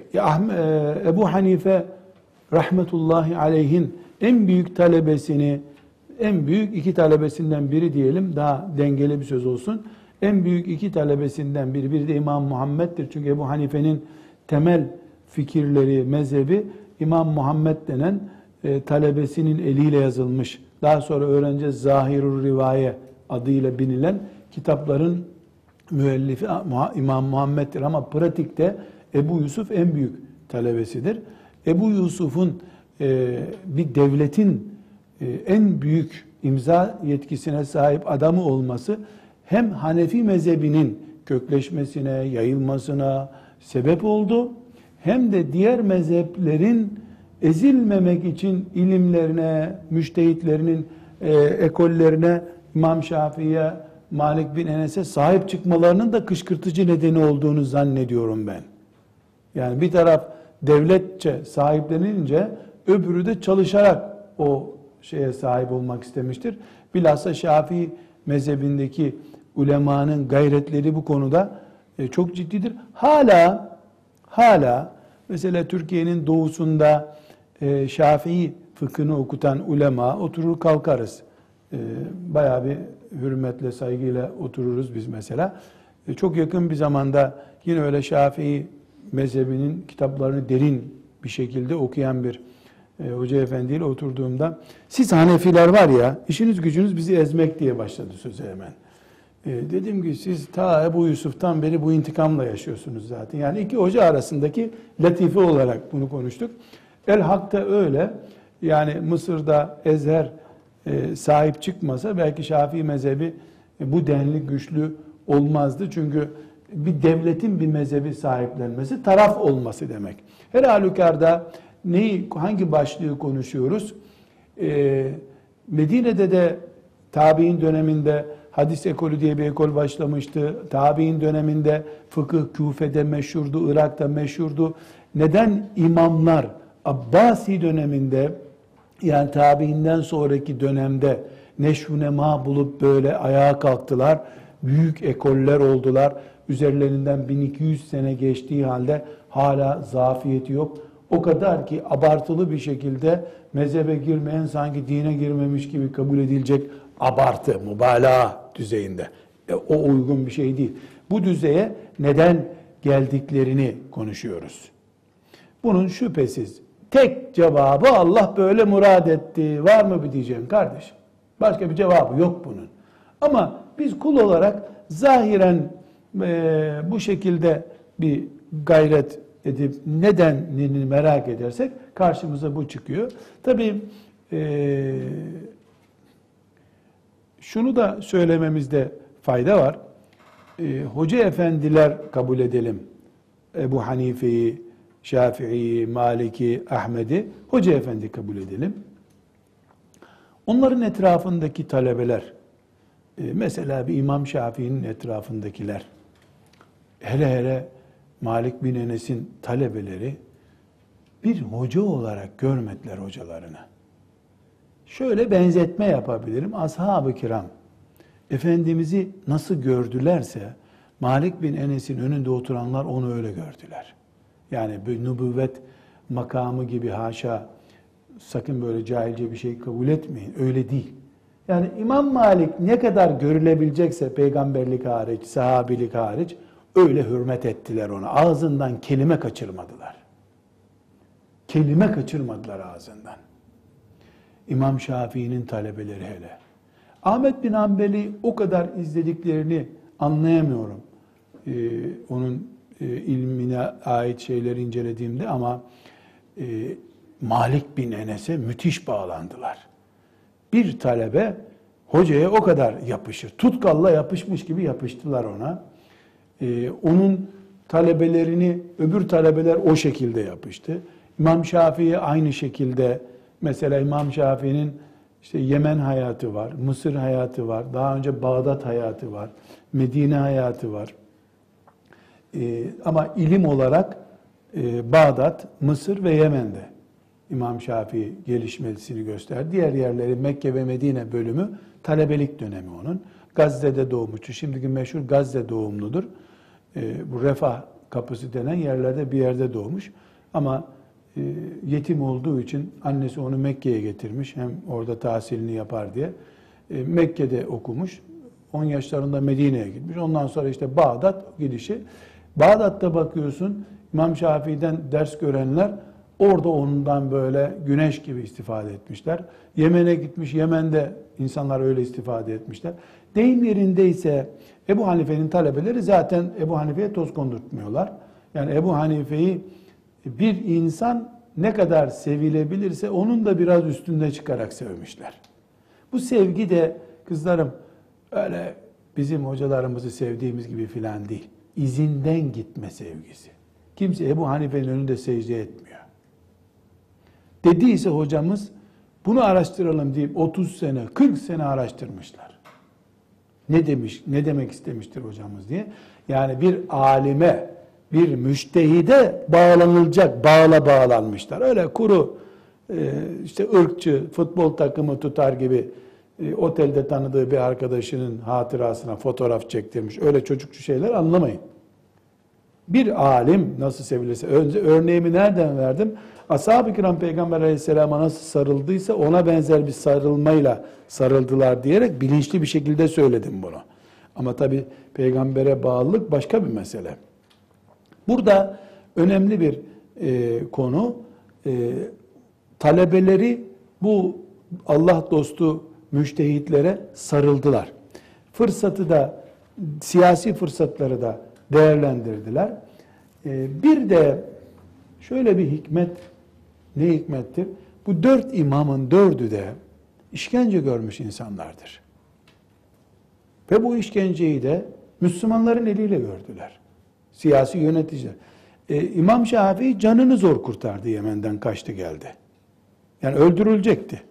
Ebu Hanife rahmetullahi aleyhin en büyük talebesini, en büyük iki talebesinden biri diyelim, daha dengeli bir söz olsun. En büyük iki talebesinden biri, bir de İmam Muhammed'dir. Çünkü Ebu Hanife'nin temel fikirleri, mezhebi İmam Muhammed denen e, talebesinin eliyle yazılmış. Daha sonra öğreneceğiz Zahirur Rivaye adıyla bilinen kitapların müellifi İmam Muhammed'dir. Ama pratikte Ebu Yusuf en büyük talebesidir. Ebu Yusuf'un e, bir devletin e, en büyük imza yetkisine sahip adamı olması hem Hanefi mezhebinin kökleşmesine, yayılmasına sebep oldu, hem de diğer mezheplerin ezilmemek için ilimlerine, müştehitlerinin e, ekollerine, İmam Şafii'ye, Malik bin Enes'e sahip çıkmalarının da kışkırtıcı nedeni olduğunu zannediyorum ben. Yani bir taraf devletçe sahiplenilince öbürü de çalışarak o şeye sahip olmak istemiştir. Bilhassa Şafii mezhebindeki ulemanın gayretleri bu konuda çok ciddidir. Hala hala mesela Türkiye'nin doğusunda Şafii fıkhını okutan ulema oturur kalkarız. Bayağı bir hürmetle, saygıyla otururuz biz mesela. Çok yakın bir zamanda yine öyle Şafii mezhebinin kitaplarını derin bir şekilde okuyan bir hoca efendiyle oturduğumda, siz Hanefiler var ya, işiniz gücünüz bizi ezmek diye başladı söze hemen. E, dedim ki siz ta Ebu Yusuf'tan beri bu intikamla yaşıyorsunuz zaten. Yani iki hoca arasındaki latife olarak bunu konuştuk. El Hak'ta öyle. Yani Mısır'da Ezher e, sahip çıkmasa belki Şafii mezhebi e, bu denli güçlü olmazdı. Çünkü bir devletin bir mezhebi sahiplenmesi taraf olması demek. Her halükarda neyi, hangi başlığı konuşuyoruz? E, Medine'de de tabi'in döneminde hadis ekolü diye bir ekol başlamıştı. Tabi'in döneminde fıkıh Küfe'de meşhurdu, Irak'ta meşhurdu. Neden imamlar Abbasi döneminde, yani tabi'inden sonraki dönemde neşv-ü nema bulup böyle ayağa kalktılar. Büyük ekoller oldular. Üzerlerinden bin iki yüz sene geçtiği halde hala zafiyeti yok. O kadar ki abartılı bir şekilde mezhebe girmeyen sanki dine girmemiş gibi kabul edilecek abartı, mübalağa düzeyinde. E, o uygun bir şey değil. Bu düzeye neden geldiklerini konuşuyoruz. Bunun şüphesiz tek cevabı Allah böyle murad etti. Var mı bir diyeceğim kardeşim? Başka bir cevabı yok bunun. Ama biz kul olarak zahiren e, bu şekilde bir gayret edip nedenini merak edersek karşımıza bu çıkıyor. Tabii e, şunu da söylememizde fayda var. E, hoca efendiler kabul edelim. Ebu Hanife'yi, Şafii'yi, Malik'i, Ahmet'i hoca efendi kabul edelim. Onların etrafındaki talebeler, e, mesela bir İmam Şafii'nin etrafındakiler, hele hele Malik bin Enes'in talebeleri bir hoca olarak görmediler hocalarını. Şöyle benzetme yapabilirim. Ashab-ı kiram Efendimiz'i nasıl gördülerse Malik bin Enes'in önünde oturanlar onu öyle gördüler. Yani bir nübüvvet makamı gibi haşa, sakın böyle cahilce bir şey kabul etmeyin. Öyle değil. Yani İmam Malik ne kadar görülebilecekse peygamberlik hariç, sahabilik hariç öyle hürmet ettiler ona. Ağzından kelime kaçırmadılar. Kelime kaçırmadılar ağzından. İmam Şafii'nin talebeleri hele. Ahmet bin Hanbel'i o kadar izlediklerini anlayamıyorum. Ee, onun e, ilmine ait şeyleri incelediğimde ama e, Malik bin Enes'e müthiş bağlandılar. Bir talebe hocaya o kadar yapışır. Tutkalla yapışmış gibi yapıştılar ona. Ee, onun talebelerini öbür talebeler o şekilde yapıştı. İmam Şafii aynı şekilde, mesela İmam Şafii'nin işte Yemen hayatı var, Mısır hayatı var, daha önce Bağdat hayatı var, Medine hayatı var. Ee, ama ilim olarak e, Bağdat, Mısır ve Yemen'de İmam Şafii gelişmesini gösterdi. Diğer yerleri Mekke ve Medine bölümü talebelik dönemi onun. Gazze'de doğmuştu. Şimdiki meşhur Gazze doğumludur. E, bu Refah kapısı denen yerlerde bir yerde doğmuş. Ama e, yetim olduğu için annesi onu Mekke'ye getirmiş. Hem orada tahsilini yapar diye. E, Mekke'de okumuş. on yaşlarında Medine'ye gitmiş. Ondan sonra işte Bağdat gidişi. Bağdat'ta bakıyorsun İmam Şafii'den ders görenler orada ondan böyle güneş gibi istifade etmişler. Yemen'e gitmiş, Yemen'de insanlar öyle istifade etmişler. Deyim yerindeyse Ebu Hanife'nin talebeleri zaten Ebu Hanife'ye toz kondurtmuyorlar. Yani Ebu Hanife'yi bir insan ne kadar sevilebilirse onun da biraz üstünde çıkarak sevmişler. Bu sevgi de kızlarım öyle bizim hocalarımızı sevdiğimiz gibi filan değil. İzinden gitme sevgisi. Kimse Ebu Hanife'nin önünde secde etmiyor. Dediyse hocamız bunu araştıralım deyip otuz sene, kırk sene araştırmışlar. Ne demiş, ne demek istemiştir hocamız diye. Yani bir alime, bir müştehide bağlanılacak, bağla bağlanmışlar. Öyle kuru, işte ırkçı, futbol takımı tutar gibi otelde tanıdığı bir arkadaşının hatırasına fotoğraf çektirmiş. Öyle çocukçu şeyler anlamayın. Bir alim nasıl sevilirse, önce örneğimi nereden verdim? Ashab-ı kiram Peygamber aleyhisselama nasıl sarıldıysa ona benzer bir sarılmayla sarıldılar diyerek bilinçli bir şekilde söyledim bunu. Ama tabi peygambere bağlılık başka bir mesele. Burada önemli bir e, konu, e, talebeleri bu Allah dostu müştehitlere sarıldılar. Fırsatı da, siyasi fırsatları da değerlendirdiler. E, bir de şöyle bir hikmet, ne hikmettir? Bu dört imamın dördü de işkence görmüş insanlardır. Ve bu işkenceyi de Müslümanların eliyle gördüler. Siyasi yöneticiler. Ee, İmam Şafii canını zor kurtardı, Yemen'den kaçtı geldi. Yani öldürülecekti.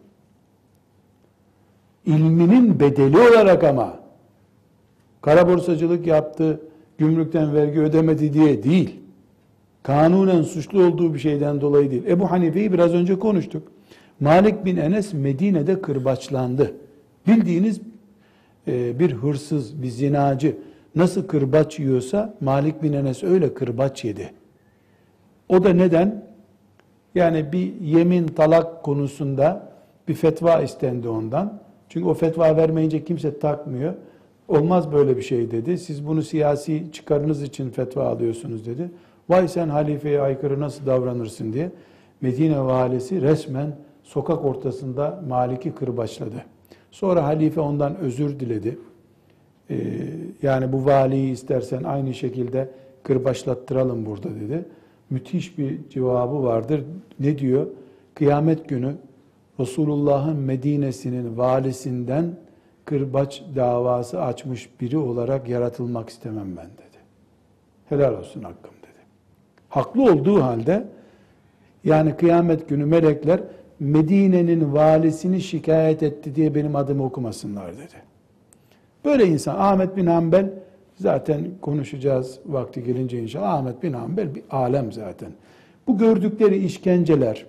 İlminin bedeli olarak ama kara borsacılık yaptı, gümrükten vergi ödemedi diye değil. Kanunen suçlu olduğu bir şeyden dolayı değil. Ebu Hanife'yi biraz önce konuştuk. Malik bin Enes Medine'de kırbaçlandı. Bildiğiniz e, bir hırsız, bir zinacı nasıl kırbaç yiyorsa Malik bin Enes öyle kırbaç yedi. O da neden? Yani bir yemin talak konusunda bir fetva istendi ondan. Çünkü o fetva vermeyince kimse takmıyor. Olmaz böyle bir şey dedi. Siz bunu siyasi çıkarınız için fetva alıyorsunuz dedi. Vay sen halifeye aykırı nasıl davranırsın diye Medine valisi resmen sokak ortasında Malik'i kırbaçladı. Sonra halife ondan özür diledi. Ee, yani bu valiyi istersen aynı şekilde kırbaçlattıralım burada dedi. Müthiş bir cevabı vardır. Ne diyor? Kıyamet günü Resulullah'ın Medine'sinin valisinden kırbaç davası açmış biri olarak yaratılmak istemem ben dedi. Helal olsun hakkım dedi. Haklı olduğu halde yani kıyamet günü melekler Medine'nin valisini şikayet etti diye benim adımı okumasınlar dedi. Böyle insan Ahmet bin Hanbel zaten konuşacağız vakti gelince inşallah. Ahmet bin Hanbel bir alem zaten. Bu gördükleri işkenceler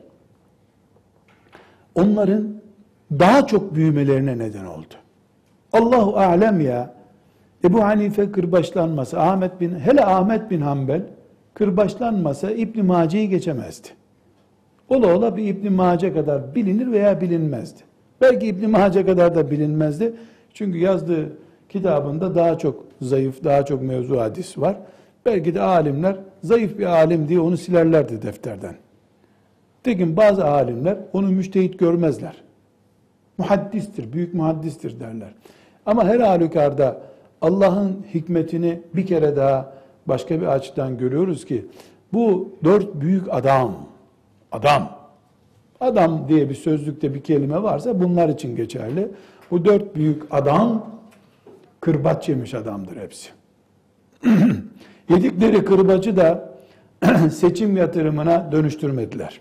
onların daha çok büyümelerine neden oldu. Allahu alem ya. Ebu Hanife kırbaçlanmasa, Ahmet bin hele Ahmet bin Hanbel kırbaçlanmasa İbn Mace'yi geçemezdi. Ola ola bir İbn Mace kadar bilinir veya bilinmezdi. Belki İbn Mace kadar da bilinmezdi. Çünkü yazdığı kitabında daha çok zayıf, daha çok mevzu hadis var. Belki de alimler zayıf bir alim diye onu silerlerdi defterden. Tekin bazı alimler onu müştehit görmezler. Muhaddistir, büyük muhaddistir derler. Ama her halükarda Allah'ın hikmetini bir kere daha başka bir açıdan görüyoruz ki bu dört büyük adam, adam, adam diye bir sözlükte bir kelime varsa bunlar için geçerli. Bu dört büyük adam kırbaç yemiş adamdır hepsi. Yedikleri kırbacı da seçim yatırımına dönüştürmediler.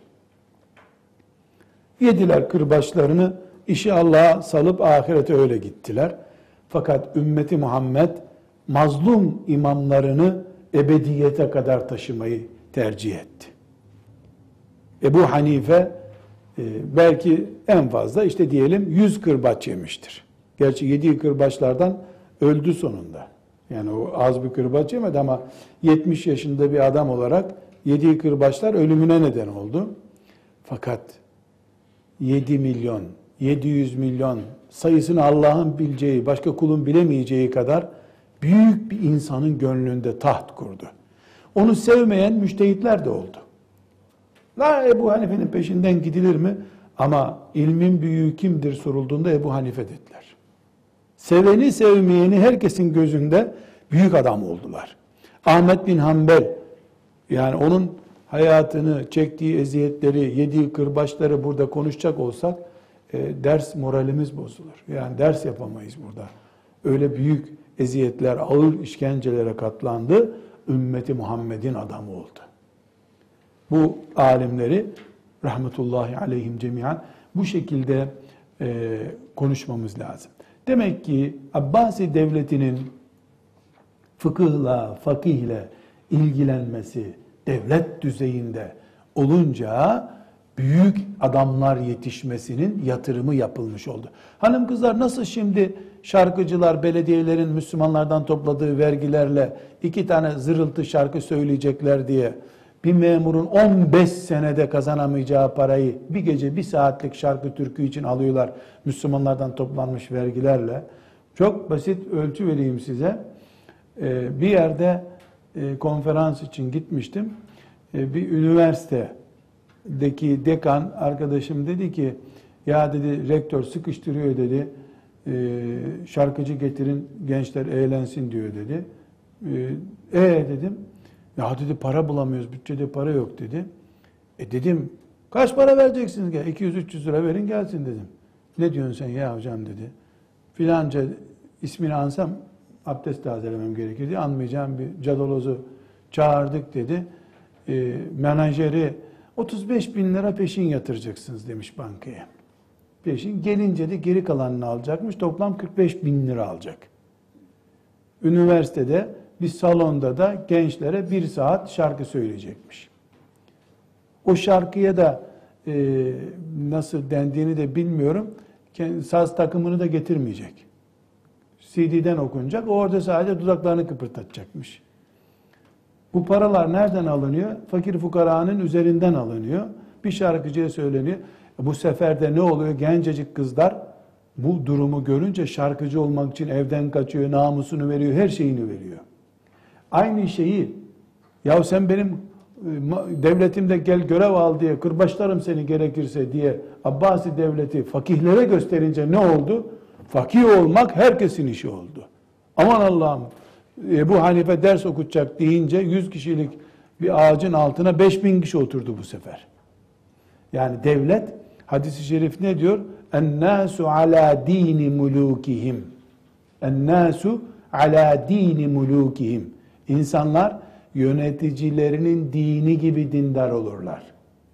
Yediler kırbaçlarını, işi Allah'a salıp ahirete öyle gittiler. Fakat ümmeti Muhammed mazlum imamlarını ebediyete kadar taşımayı tercih etti. Ebu Hanife e, belki en fazla işte diyelim yüz kırbaç yemiştir. Gerçi yediği kırbaçlardan öldü sonunda. Yani o az bir kırbaç yemedi ama yetmiş yaşında bir adam olarak yediği kırbaçlar ölümüne neden oldu. Fakat yedi milyon, yedi yüz milyon sayısını Allah'ın bileceği, başka kulun bilemeyeceği kadar büyük bir insanın gönlünde taht kurdu. Onu sevmeyen müştehitler de oldu. La Ebu Hanife'nin peşinden gidilir mi? Ama ilmin büyüğü kimdir sorulduğunda Ebu Hanife dediler. Seveni sevmeyeni herkesin gözünde büyük adam oldular. Ahmet bin Hanbel, yani onun hayatını, çektiği eziyetleri, yediği kırbaçları burada konuşacak olsak e, ders moralimiz bozulur. Yani ders yapamayız burada. Öyle büyük eziyetler, ağır işkencelere katlandı. Ümmeti Muhammed'in adamı oldu. Bu alimleri rahmetullahi aleyhim cemiyan bu şekilde e, konuşmamız lazım. Demek ki Abbasi devletinin fıkıhla, fakihle ilgilenmesi devlet düzeyinde olunca büyük adamlar yetişmesinin yatırımı yapılmış oldu. Hanım kızlar nasıl şimdi şarkıcılar belediyelerin Müslümanlardan topladığı vergilerle iki tane zırıltı şarkı söyleyecekler diye bir memurun on beş senede kazanamayacağı parayı bir gece bir saatlik şarkı türkü için alıyorlar Müslümanlardan toplanmış vergilerle. Çok basit ölçü vereyim size. Bir yerde konferans için gitmiştim. Bir üniversitedeki dekan arkadaşım dedi ki ya dedi rektör sıkıştırıyor dedi. Şarkıcı getirin gençler eğlensin diyor dedi. E dedim. Ya dedi para bulamıyoruz, bütçede para yok dedi. E dedim, kaç para vereceksiniz? Gel, iki yüz üç yüz lira verin gelsin dedim. Ne diyorsun sen ya hocam dedi. Filanca ismini ansam abdest tazelemem gerekir diye anmayacağım bir cadalozu çağırdık dedi. E, menajeri otuz beş bin lira peşin yatıracaksınız demiş bankaya. Peşin gelince de geri kalanını alacakmış. Toplam kırk beş bin lira alacak. Üniversitede bir salonda da gençlere bir saat şarkı söyleyecekmiş. O şarkıya da e, nasıl dendiğini de bilmiyorum. Saz takımını da getirmeyecek. C D'den okunacak. O orada sadece dudaklarını kıpırdatacakmış. Bu paralar nereden alınıyor? Fakir fukaranın üzerinden alınıyor. Bir şarkıcıya söyleniyor. Bu sefer de ne oluyor? Gencecik kızlar bu durumu görünce şarkıcı olmak için evden kaçıyor, namusunu veriyor, her şeyini veriyor. Aynı şeyi, ya sen benim devletimde gel görev al diye, kırbaçlarım seni gerekirse diye Abbasi devleti fakihlere gösterince ne oldu? Fakih olmak herkesin işi oldu. Aman Allah'ım, Ebu Hanife ders okutacak deyince yüz kişilik bir ağacın altına beş bin kişi oturdu bu sefer. Yani devlet, hadis-i şerif ne diyor? اَنَّاسُ عَلَى د۪ينِ مُلُوكِهِمْ اَنَّاسُ عَلَى د۪ينِ مُلُوكِهِمْ İnsanlar yöneticilerinin dini gibi dindar olurlar.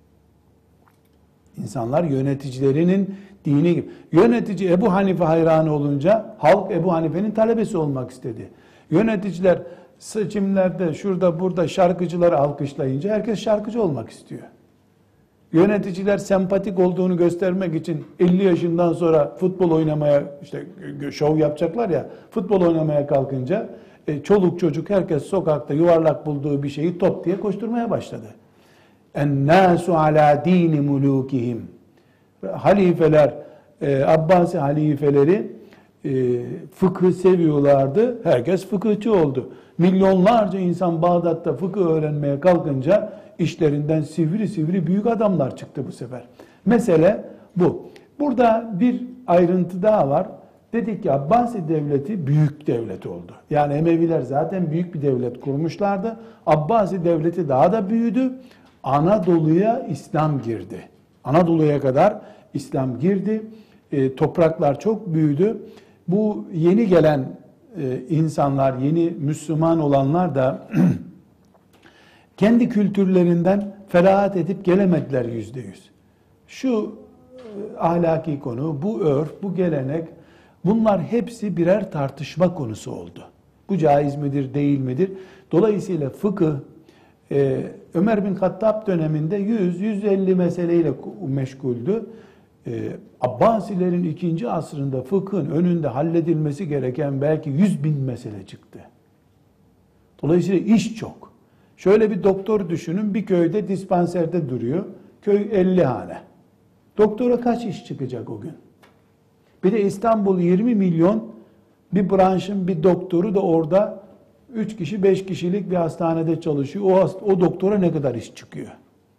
İnsanlar yöneticilerinin dini gibi. Yönetici Ebu Hanife hayranı olunca halk Ebu Hanife'nin talebesi olmak istedi. Yöneticiler seçimlerde şurada burada şarkıcıları alkışlayınca herkes şarkıcı olmak istiyor. Yöneticiler sempatik olduğunu göstermek için elli yaşından sonra futbol oynamaya, işte şov yapacaklar ya, futbol oynamaya kalkınca e, çoluk çocuk herkes sokakta yuvarlak bulduğu bir şeyi top diye koşturmaya başladı. اَنَّاسُ عَلَى د۪ينِ مُلُوكِهِمْ Halifeler, e, Abbasi halifeleri e, fıkıh seviyorlardı. Herkes fıkıhçı oldu. Milyonlarca insan Bağdat'ta fıkıh öğrenmeye kalkınca işlerinden sivri sivri büyük adamlar çıktı bu sefer. Mesele bu. Burada bir ayrıntı daha var. Dedik ki Abbasi devleti büyük devlet oldu. Yani Emeviler zaten büyük bir devlet kurmuşlardı. Abbasi devleti daha da büyüdü. Anadolu'ya İslam girdi. Anadolu'ya kadar İslam girdi. E, topraklar çok büyüdü. Bu yeni gelen e, insanlar, yeni Müslüman olanlar da kendi kültürlerinden ferahat edip gelemediler yüzde yüz. Şu e, ahlaki konu, bu örf, bu gelenek, bunlar hepsi birer tartışma konusu oldu. Bu caiz midir, değil midir? Dolayısıyla fıkıh, e, Ömer bin Hattab döneminde yüz yüz elli meseleyle meşguldü. E, Abbasilerin ikinci asrında fıkhın önünde halledilmesi gereken belki yüz bin mesele çıktı. Dolayısıyla iş çok. Şöyle bir doktor düşünün, bir köyde dispanserde duruyor. Köy elli hane. Doktora kaç iş çıkacak o gün? Bir de İstanbul yirmi milyon, bir branşın bir doktoru da orada üç kişi beş kişilik bir hastanede çalışıyor. O, o doktora ne kadar iş çıkıyor?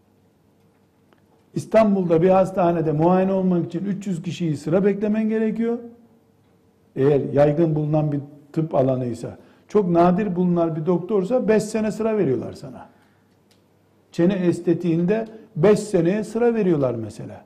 İstanbul'da bir hastanede muayene olmak için üç yüz kişiyi sıra beklemen gerekiyor. Eğer yaygın bulunan bir tıp alanıysa, çok nadir bulunan bir doktorsa beş sene sıra veriyorlar sana. Çene estetiğinde beş seneye sıra veriyorlar mesela.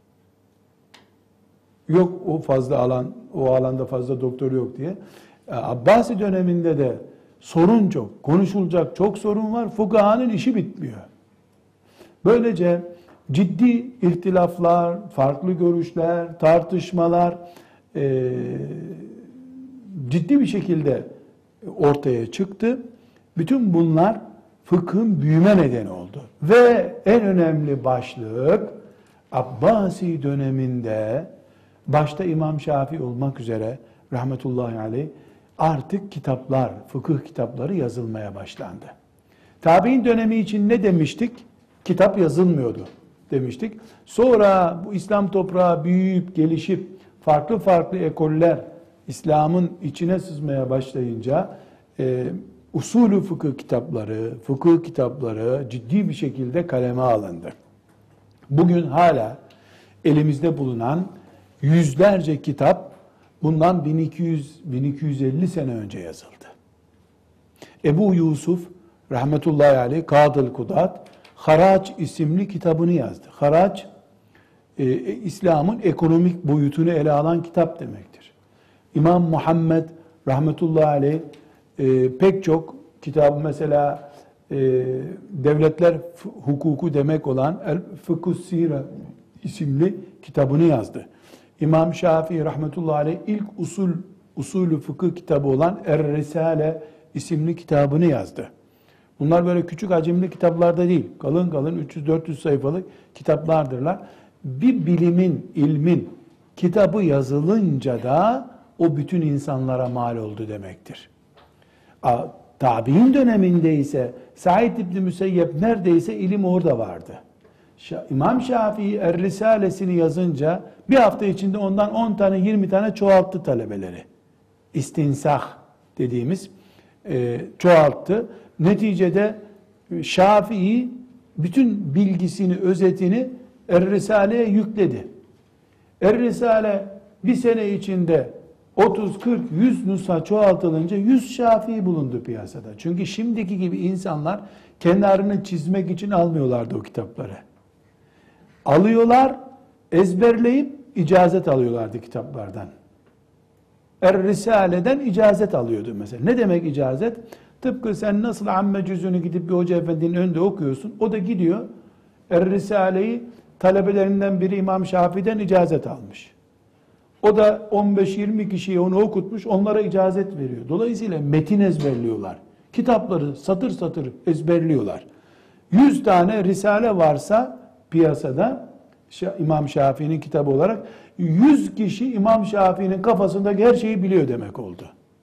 Yok o fazla alan, o alanda fazla doktor yok diye. Abbasi döneminde de sorun çok, konuşulacak çok sorun var. Fukahanın işi bitmiyor. Böylece ciddi ihtilaflar, farklı görüşler, tartışmalar e, ciddi bir şekilde ortaya çıktı. Bütün bunlar fıkhın büyüme nedeni oldu. Ve en önemli başlık Abbasi döneminde başta İmam Şafii olmak üzere rahmetullahi aleyh artık kitaplar, fıkıh kitapları yazılmaya başlandı. Tabi'in dönemi için ne demiştik? Kitap yazılmıyordu demiştik. Sonra bu İslam toprağı büyüyüp gelişip farklı farklı ekoller İslam'ın içine sızmaya başlayınca e, usulü fıkıh kitapları, fıkıh kitapları ciddi bir şekilde kaleme alındı. Bugün hala elimizde bulunan yüzlerce kitap bundan bin iki yüz bin iki yüz elli sene önce yazıldı. Ebu Yusuf rahmetullahi aleyh Kadıl Kudat Haraç isimli kitabını yazdı. Haraç e, İslam'ın ekonomik boyutunu ele alan kitap demektir. İmam Muhammed rahmetullahi aleyh e, pek çok kitabı mesela e, devletler hukuku demek olan El Fıkhus Sire isimli kitabını yazdı. İmam Şafii rahmetullahi aleyh ilk usul usulü fıkıh kitabı olan Er-Risale isimli kitabını yazdı. Bunlar böyle küçük hacimli kitaplarda değil, kalın kalın üç yüz dört yüz sayfalık kitaplardırlar. Bir bilimin, ilmin kitabı yazılınca da o bütün insanlara mal oldu demektir. Tabi'in döneminde ise Said İbni Müseyyep neredeyse ilim orada vardı. İmam Şafii Er-Risalesini yazınca bir hafta içinde ondan on tane yirmi tane çoğalttı talebeleri. İstinsah dediğimiz e, çoğalttı. Neticede Şafii bütün bilgisini, özetini Er-Risale'ye yükledi. Er-Risale bir sene içinde otuz, kırk, yüz nüsha çoğaltılınca yüz Şafii bulundu piyasada. Çünkü şimdiki gibi insanlar kenarını çizmek için almıyorlardı o kitapları. Alıyorlar, ezberleyip icazet alıyorlardı kitaplardan. Er-Risale'den icazet alıyordu mesela. Ne demek icazet? Tıpkı sen nasıl amme cüzünü gidip bir hoca efendinin önünde okuyorsun. O da gidiyor Er-Risale'yi talebelerinden biri İmam Şafii'den icazet almış. O da on beş yirmi kişiye onu okutmuş, onlara icazet veriyor. Dolayısıyla metin ezberliyorlar. Kitapları satır satır ezberliyorlar. yüz tane risale varsa piyasada İmam Şafii'nin kitabı olarak yüz kişi İmam Şafii'nin kafasındaki her şeyi biliyor demek oldu.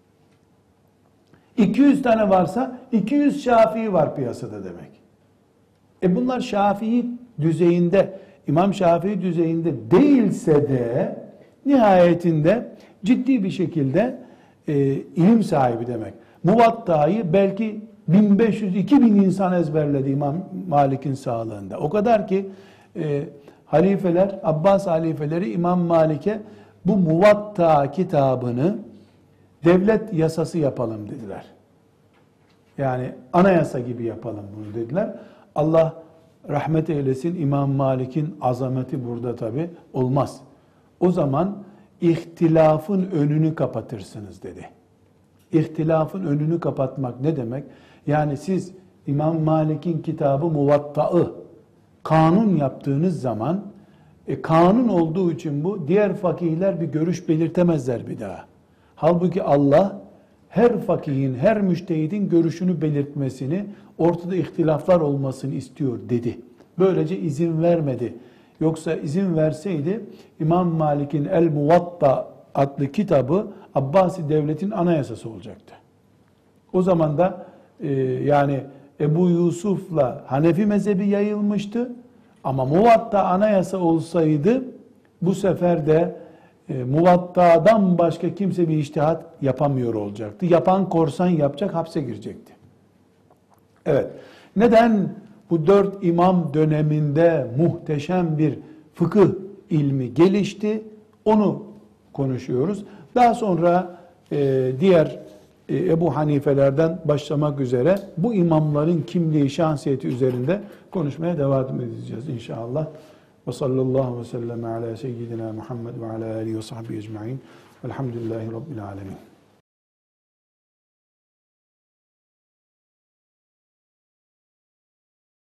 iki yüz tane varsa iki yüz Şafii var piyasada demek. E bunlar Şafii düzeyinde, İmam Şafii düzeyinde değilse de nihayetinde ciddi bir şekilde e, ilim sahibi demek. Muvatta'yı belki bin beş yüz iki bin insan ezberledi İmam Malik'in sağlığında. O kadar ki e, halifeler, Abbas halifeleri İmam Malik'e bu Muvatta kitabını devlet yasası yapalım dediler. Yani anayasa gibi yapalım bunu dediler. Allah rahmet eylesin, İmam Malik'in azameti burada tabi olmaz. O zaman ihtilafın önünü kapatırsınız dedi. İhtilafın önünü kapatmak ne demek? Yani siz İmam Malik'in kitabı Muvatta'ı kanun yaptığınız zaman e, kanun olduğu için bu diğer fakihler bir görüş belirtemezler bir daha. Halbuki Allah her fakihin, her müştehidin görüşünü belirtmesini, ortada ihtilaflar olmasını istiyor dedi. Böylece izin vermedi. Yoksa izin verseydi İmam Malik'in El-Muvatta adlı kitabı Abbasi devletin anayasası olacaktı. O zaman da e, yani Ebu Yusuf'la Hanefi mezhebi yayılmıştı. Ama Muvatta anayasa olsaydı bu sefer de e, Muvatta'dan başka kimse bir içtihat yapamıyor olacaktı. Yapan korsan yapacak, hapse girecekti. Evet. Neden bu dört imam döneminde muhteşem bir fıkıh ilmi gelişti? Onu konuşuyoruz. Daha sonra e, diğer e, Ebu Hanifelerden başlamak üzere bu imamların kimliği, şahsiyeti üzerinde konuşmaya devam edeceğiz inşallah. Ve sallallahu ve sellem ala seyyidina Muhammed ve ala alihi ve sahbihi ecma'in. Velhamdülillahi Rabbil alemin.